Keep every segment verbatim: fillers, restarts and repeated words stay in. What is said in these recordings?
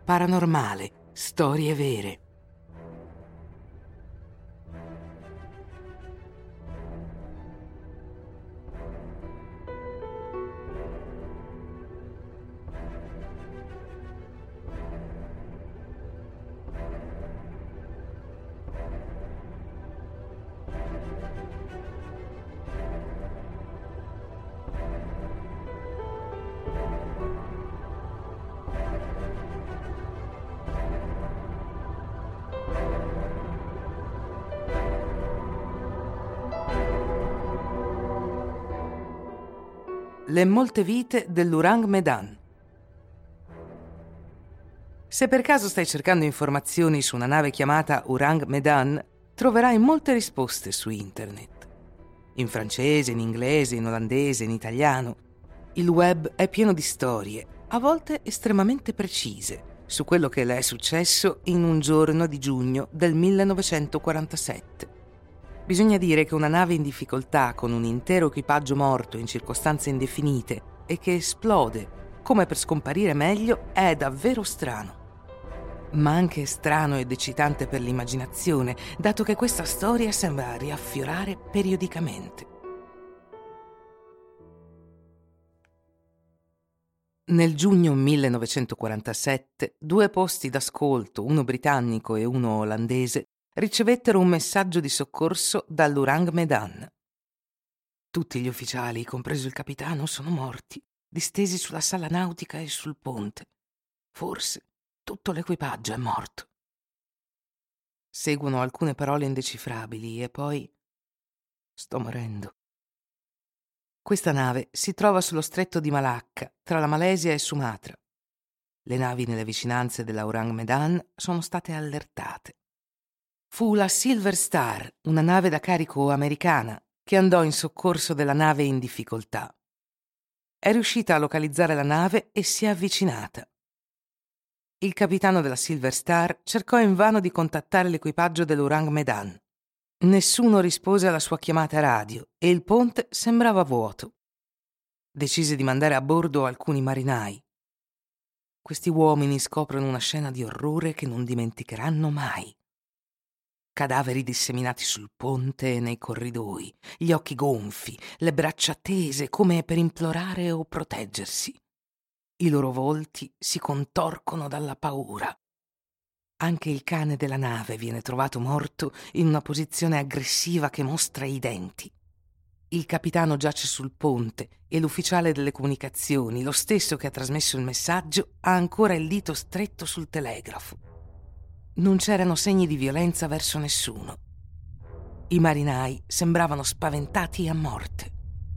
paranormale, storie vere. Le molte vite dell'Ourang Medan. Se per caso stai cercando informazioni su una nave chiamata Ourang Medan, troverai molte risposte su internet. In francese, in inglese, in olandese, in italiano. Il web è pieno di storie, a volte estremamente precise, su quello che le è successo in un giorno di giugno del millenovecentoquarantasette. Bisogna dire che una nave in difficoltà con un intero equipaggio morto in circostanze indefinite e che esplode, come per scomparire meglio, è davvero strano. Ma anche strano ed eccitante per l'immaginazione, dato che questa storia sembra riaffiorare periodicamente. Nel giugno millenovecentoquarantasette, due posti d'ascolto, uno britannico e uno olandese, ricevettero un messaggio di soccorso dall'Ourang Medan. Tutti gli ufficiali, compreso il capitano, sono morti, distesi sulla sala nautica e sul ponte. Forse tutto l'equipaggio è morto. Seguono alcune parole indecifrabili e poi... sto morendo. Questa nave si trova sullo stretto di Malacca, tra la Malesia e Sumatra. Le navi nelle vicinanze dell'Ourang Medan sono state allertate. Fu la Silver Star, una nave da carico americana, che andò in soccorso della nave in difficoltà. È riuscita a localizzare la nave e si è avvicinata. Il capitano della Silver Star cercò invano di contattare l'equipaggio dell'Ourang Medan. Nessuno rispose alla sua chiamata radio e il ponte sembrava vuoto. Decise di mandare a bordo alcuni marinai. Questi uomini scoprono una scena di orrore che non dimenticheranno mai. Cadaveri disseminati sul ponte e nei corridoi, gli occhi gonfi, le braccia tese come per implorare o proteggersi. I loro volti si contorcono dalla paura. Anche il cane della nave viene trovato morto in una posizione aggressiva che mostra i denti. Il capitano giace sul ponte e l'ufficiale delle comunicazioni, lo stesso che ha trasmesso il messaggio, ha ancora il dito stretto sul telegrafo. Non c'erano segni di violenza verso nessuno. I marinai sembravano spaventati a morte.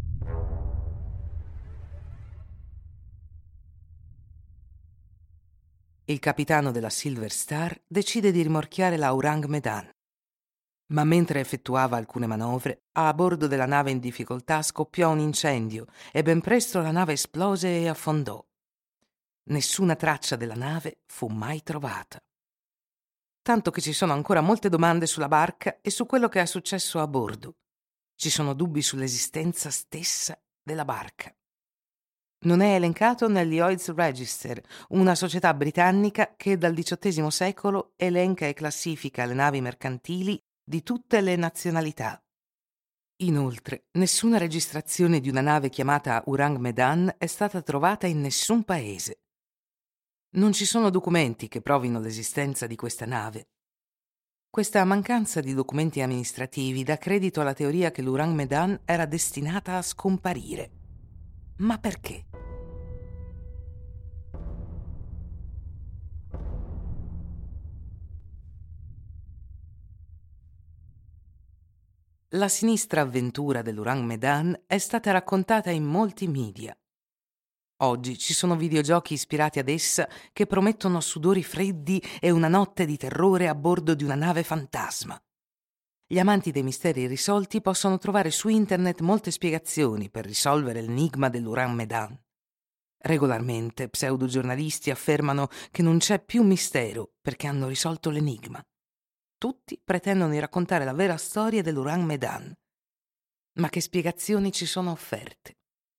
Il capitano della Silver Star decide di rimorchiare la Ourang Medan. Ma mentre effettuava alcune manovre, a bordo della nave in difficoltà scoppiò un incendio e ben presto la nave esplose e affondò. Nessuna traccia della nave fu mai trovata. Tanto che ci sono ancora molte domande sulla barca e su quello che è successo a bordo. Ci sono dubbi sull'esistenza stessa della barca. Non è elencato nel Lloyd's Register, una società britannica che dal diciottesimo secolo elenca e classifica le navi mercantili di tutte le nazionalità. Inoltre, nessuna registrazione di una nave chiamata Ourang Medan è stata trovata in nessun paese. Non ci sono documenti che provino l'esistenza di questa nave. Questa mancanza di documenti amministrativi dà credito alla teoria che l'Ourang Medan era destinata a scomparire. Ma perché? La sinistra avventura dell'Ourang Medan è stata raccontata in molti media. Oggi ci sono videogiochi ispirati ad essa che promettono sudori freddi e una notte di terrore a bordo di una nave fantasma. Gli amanti dei misteri irrisolti possono trovare su internet molte spiegazioni per risolvere l'enigma dell'Ourang Medan. Regolarmente pseudogiornalisti affermano che non c'è più mistero perché hanno risolto l'enigma. Tutti pretendono di raccontare la vera storia dell'Ourang Medan. Ma che spiegazioni ci sono offerte?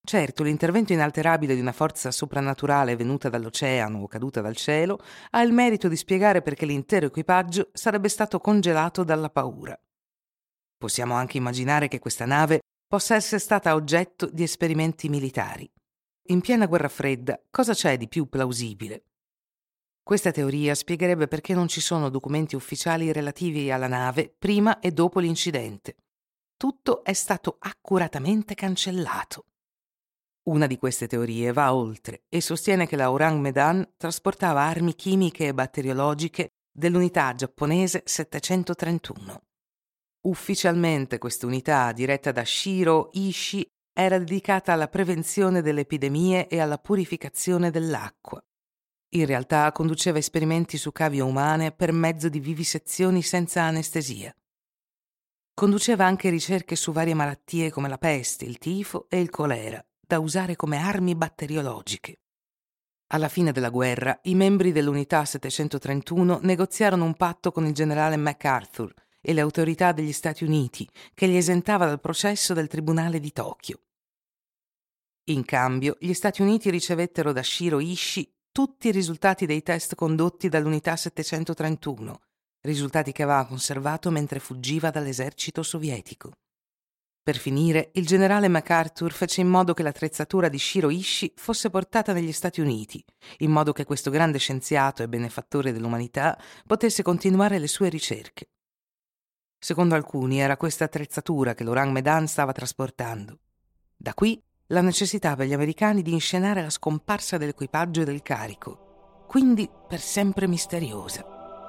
Certo, l'intervento inalterabile di una forza soprannaturale venuta dall'oceano o caduta dal cielo ha il merito di spiegare perché l'intero equipaggio sarebbe stato congelato dalla paura. Possiamo anche immaginare che questa nave possa essere stata oggetto di esperimenti militari. In piena guerra fredda, cosa c'è di più plausibile? Questa teoria spiegherebbe perché non ci sono documenti ufficiali relativi alla nave prima e dopo l'incidente. Tutto è stato accuratamente cancellato. Una di queste teorie va oltre e sostiene che la Orang Medan trasportava armi chimiche e batteriologiche dell'unità giapponese settecentotrentuno. Ufficialmente quest'unità, diretta da Shiro Ishii, era dedicata alla prevenzione delle epidemie e alla purificazione dell'acqua. In realtà conduceva esperimenti su cavie umane per mezzo di vivisezioni senza anestesia. Conduceva anche ricerche su varie malattie come la peste, il tifo e il colera, da usare come armi batteriologiche. Alla fine della guerra, i membri dell'unità settecentotrentuno negoziarono un patto con il generale MacArthur e le autorità degli Stati Uniti che li esentava dal processo del Tribunale di Tokyo. In cambio, gli Stati Uniti ricevettero da Shiro Ishii tutti i risultati dei test condotti dall'unità settecentotrentuno, risultati che aveva conservato mentre fuggiva dall'esercito sovietico. Per finire, il generale MacArthur fece in modo che l'attrezzatura di Shiro Ishii fosse portata negli Stati Uniti, in modo che questo grande scienziato e benefattore dell'umanità potesse continuare le sue ricerche. Secondo alcuni era questa attrezzatura che l'Orang Medan stava trasportando. Da qui la necessità per gli americani di inscenare la scomparsa dell'equipaggio e del carico, quindi per sempre misteriosa.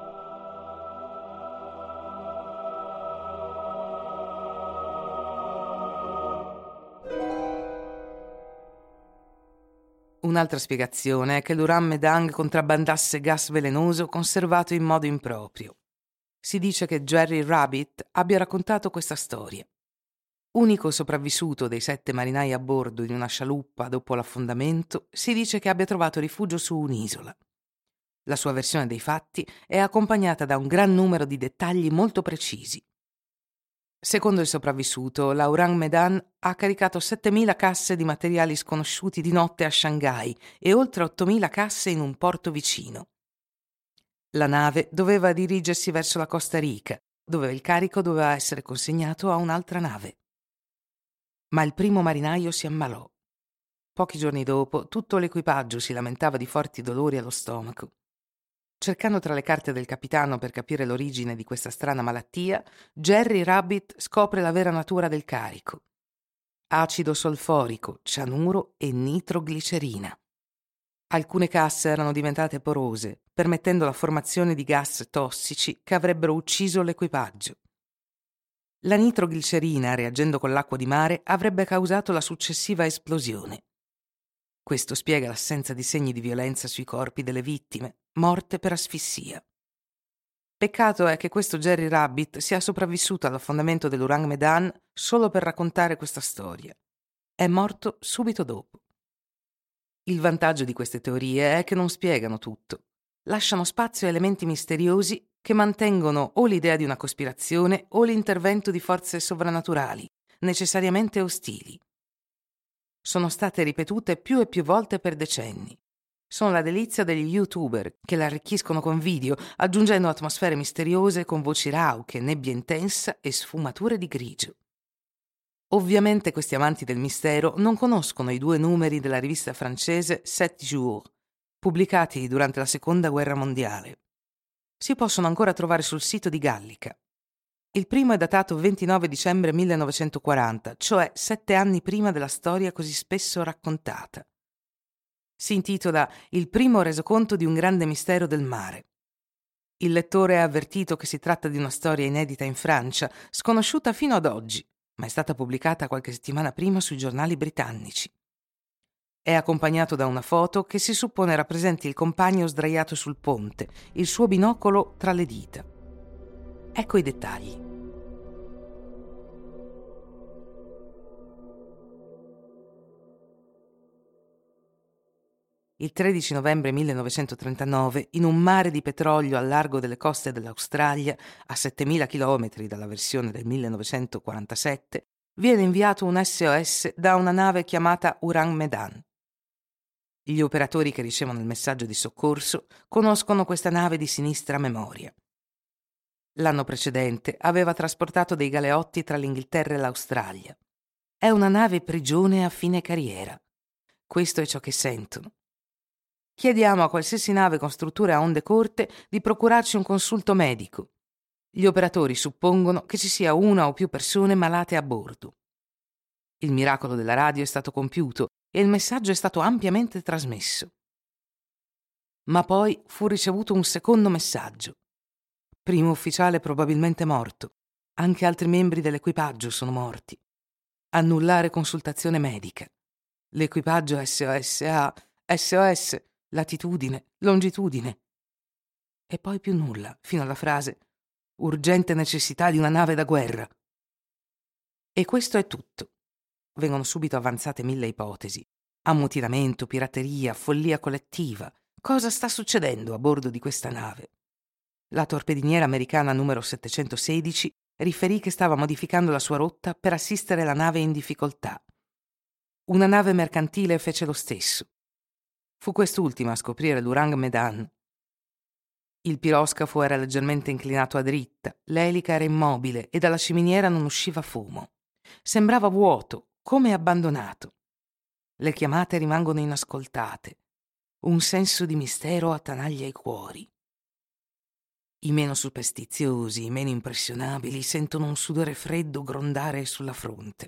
Un'altra spiegazione è che l'Uran Medang contrabbandasse gas velenoso conservato in modo improprio. Si dice che Jerry Rabbit abbia raccontato questa storia. Unico sopravvissuto dei sette marinai a bordo di una scialuppa dopo l'affondamento, si dice che abbia trovato rifugio su un'isola. La sua versione dei fatti è accompagnata da un gran numero di dettagli molto precisi. Secondo il sopravvissuto, l'Aurang Medan ha caricato settemila casse di materiali sconosciuti di notte a Shanghai e oltre ottomila casse in un porto vicino. La nave doveva dirigersi verso la Costa Rica, dove il carico doveva essere consegnato a un'altra nave. Ma il primo marinaio si ammalò. Pochi giorni dopo, tutto l'equipaggio si lamentava di forti dolori allo stomaco. Cercando tra le carte del capitano per capire l'origine di questa strana malattia, Jerry Rabbit scopre la vera natura del carico. Acido solforico, cianuro e nitroglicerina. Alcune casse erano diventate porose, permettendo la formazione di gas tossici che avrebbero ucciso l'equipaggio. La nitroglicerina, reagendo con l'acqua di mare, avrebbe causato la successiva esplosione. Questo spiega l'assenza di segni di violenza sui corpi delle vittime, morte per asfissia. Peccato è che questo Jerry Rabbit sia sopravvissuto all'affondamento dell'Urang Medan solo per raccontare questa storia. È morto subito dopo. Il vantaggio di queste teorie è che non spiegano tutto. Lasciano spazio a elementi misteriosi che mantengono o l'idea di una cospirazione o l'intervento di forze sovrannaturali, necessariamente ostili. Sono state ripetute più e più volte per decenni. Sono la delizia degli YouTuber che le arricchiscono con video, aggiungendo atmosfere misteriose con voci rauche, nebbia intensa e sfumature di grigio. Ovviamente questi amanti del mistero non conoscono i due numeri della rivista francese Sept Jours, pubblicati durante la Seconda Guerra Mondiale. Si possono ancora trovare sul sito di Gallica. Il primo è datato ventinove dicembre millenovecentoquaranta, cioè sette anni prima della storia così spesso raccontata. Si intitola Il primo resoconto di un grande mistero del mare. Il lettore è avvertito che si tratta di una storia inedita in Francia, sconosciuta fino ad oggi, ma è stata pubblicata qualche settimana prima sui giornali britannici. È accompagnato da una foto che si suppone rappresenti il compagno sdraiato sul ponte, il suo binocolo tra le dita. Ecco i dettagli. Il tredici novembre millenovecentotrentanove, in un mare di petrolio al largo delle coste dell'Australia, a settemila chilometri dalla versione del millenovecentoquarantasette, viene inviato un S O S da una nave chiamata Ourang Medan. Gli operatori che ricevono il messaggio di soccorso conoscono questa nave di sinistra memoria. L'anno precedente aveva trasportato dei galeotti tra l'Inghilterra e l'Australia. È una nave prigione a fine carriera. Questo è ciò che sentono. Chiediamo a qualsiasi nave con strutture a onde corte di procurarci un consulto medico. Gli operatori suppongono che ci sia una o più persone malate a bordo. Il miracolo della radio è stato compiuto e il messaggio è stato ampiamente trasmesso. Ma poi fu ricevuto un secondo messaggio. Primo ufficiale probabilmente morto. Anche altri membri dell'equipaggio sono morti. Annullare consultazione medica. L'equipaggio S O S ha S O S, latitudine, longitudine. E poi più nulla, fino alla frase urgente necessità di una nave da guerra. E questo è tutto. Vengono subito avanzate mille ipotesi. Ammutinamento, pirateria, follia collettiva. Cosa sta succedendo a bordo di questa nave? La torpediniera americana numero settecentosedici riferì che stava modificando la sua rotta per assistere la nave in difficoltà. Una nave mercantile fece lo stesso. Fu quest'ultima a scoprire l'Ourang Medan. Il piroscafo era leggermente inclinato a dritta, l'elica era immobile e dalla ciminiera non usciva fumo. Sembrava vuoto, come abbandonato. Le chiamate rimangono inascoltate. Un senso di mistero attanaglia i cuori. I meno superstiziosi, i meno impressionabili sentono un sudore freddo grondare sulla fronte.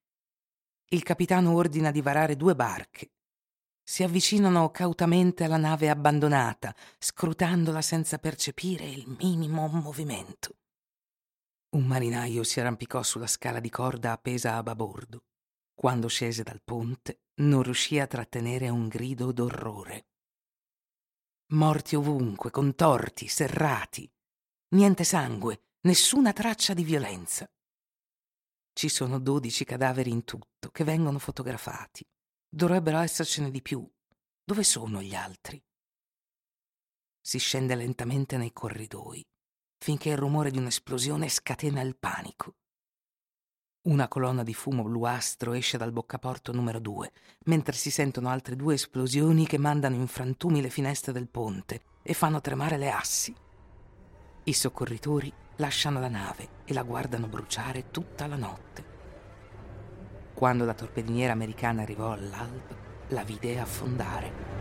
Il capitano ordina di varare due barche. Si avvicinano cautamente alla nave abbandonata, scrutandola senza percepire il minimo movimento. Un marinaio si arrampicò sulla scala di corda appesa a babordo. Quando scese dal ponte, non riuscì a trattenere un grido d'orrore. Morti ovunque, contorti, serrati. Niente sangue, nessuna traccia di violenza. Ci sono dodici cadaveri in tutto che vengono fotografati. Dovrebbero essercene di più. Dove sono gli altri? Si scende lentamente nei corridoi, finché il rumore di un'esplosione scatena il panico. Una colonna di fumo bluastro esce dal boccaporto numero due, mentre si sentono altre due esplosioni che mandano in frantumi le finestre del ponte e fanno tremare le assi. I soccorritori lasciano la nave e la guardano bruciare tutta la notte. Quando la torpediniera americana arrivò all'alba, la vide affondare.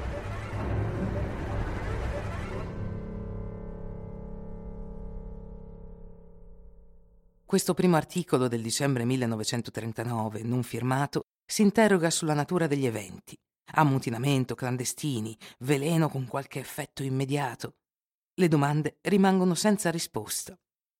Questo primo articolo del dicembre millenovecentotrentanove, non firmato, si interroga sulla natura degli eventi. Ammutinamento, clandestini, veleno con qualche effetto immediato. Le domande rimangono senza risposta.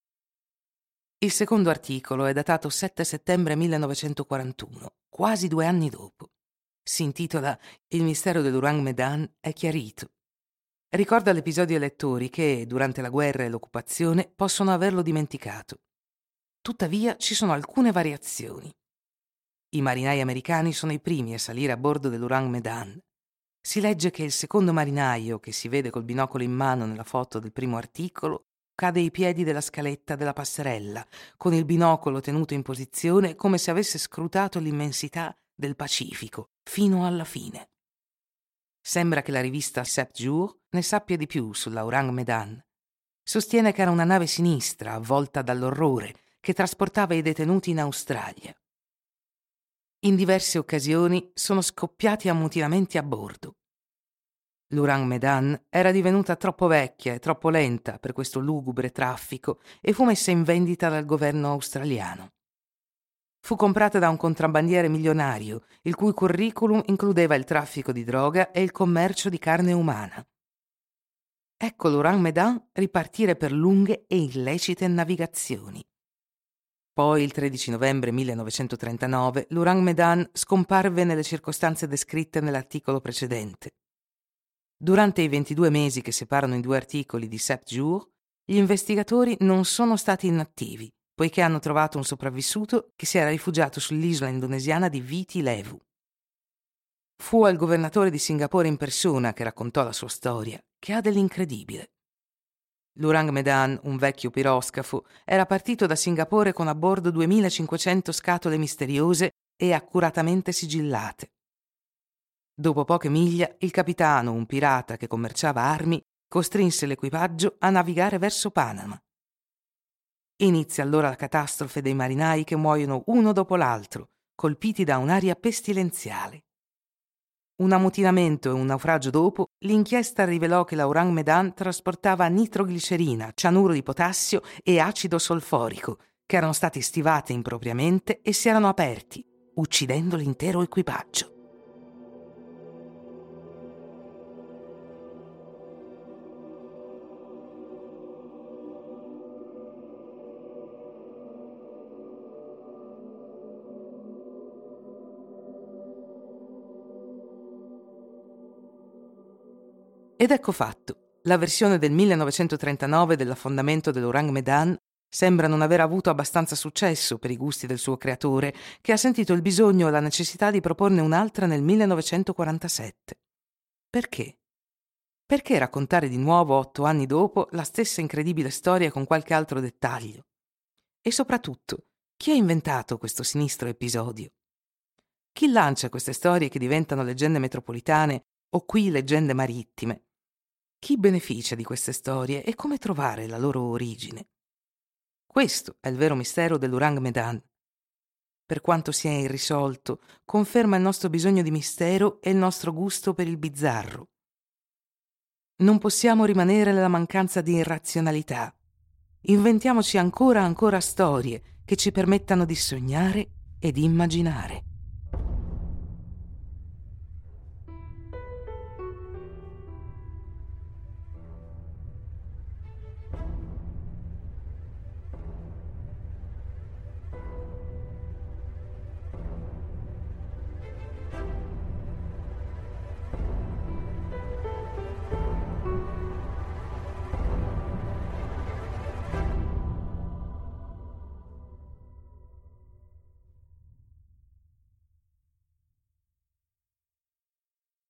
Il secondo articolo è datato sette settembre millenovecentoquarantuno, quasi due anni dopo. Si intitola Il mistero dell'Ourang Medan è chiarito. Ricorda l'episodio ai lettori che, durante la guerra e l'occupazione, possono averlo dimenticato. Tuttavia ci sono alcune variazioni. I marinai americani sono i primi a salire a bordo dell'Ourang Medan. Si legge che il secondo marinaio, che si vede col binocolo in mano nella foto del primo articolo, cade ai piedi della scaletta della passerella, con il binocolo tenuto in posizione come se avesse scrutato l'immensità del Pacifico, fino alla fine. Sembra che la rivista Sept Jours ne sappia di più sull'Ourang Medan. Sostiene che era una nave sinistra, avvolta dall'orrore, che trasportava i detenuti in Australia. In diverse occasioni sono scoppiati ammutinamenti a bordo. L'Ourang Medan era divenuta troppo vecchia e troppo lenta per questo lugubre traffico e fu messa in vendita dal governo australiano. Fu comprata da un contrabbandiere milionario, il cui curriculum includeva il traffico di droga e il commercio di carne umana. Ecco l'Ourang Medan ripartire per lunghe e illecite navigazioni. Poi, il tredici novembre millenovecentotrentanove, l'Ourang Medan scomparve nelle circostanze descritte nell'articolo precedente. Durante i ventidue mesi che separano i due articoli di Sept Jours, gli investigatori non sono stati inattivi, poiché hanno trovato un sopravvissuto che si era rifugiato sull'isola indonesiana di Viti Levu. Fu al governatore di Singapore in persona che raccontò la sua storia, che ha dell'incredibile. L'Ourang Medan, un vecchio piroscafo, era partito da Singapore con a bordo duemilacinquecento scatole misteriose e accuratamente sigillate. Dopo poche miglia, il capitano, un pirata che commerciava armi, costrinse l'equipaggio a navigare verso Panama. Inizia allora la catastrofe dei marinai che muoiono uno dopo l'altro, colpiti da un'aria pestilenziale. Un ammutinamento e un naufragio dopo, l'inchiesta rivelò che l'Ourang Medan trasportava nitroglicerina, cianuro di potassio e acido solforico, che erano stati stivati impropriamente e si erano aperti, uccidendo l'intero equipaggio. Ed ecco fatto, la versione del millenovecentotrentanove dell'affondamento dell'Ourang Medan sembra non aver avuto abbastanza successo per i gusti del suo creatore, che ha sentito il bisogno e la necessità di proporne un'altra nel millenovecentoquarantasette. Perché? Perché raccontare di nuovo, otto anni dopo, la stessa incredibile storia con qualche altro dettaglio? E soprattutto, chi ha inventato questo sinistro episodio? Chi lancia queste storie che diventano leggende metropolitane o qui leggende marittime? Chi beneficia di queste storie e come trovare la loro origine? Questo è il vero mistero dell'Ourang Medan. Per quanto sia irrisolto, conferma il nostro bisogno di mistero e il nostro gusto per il bizzarro. Non possiamo rimanere nella mancanza di irrazionalità. Inventiamoci ancora ancora storie che ci permettano di sognare e di immaginare.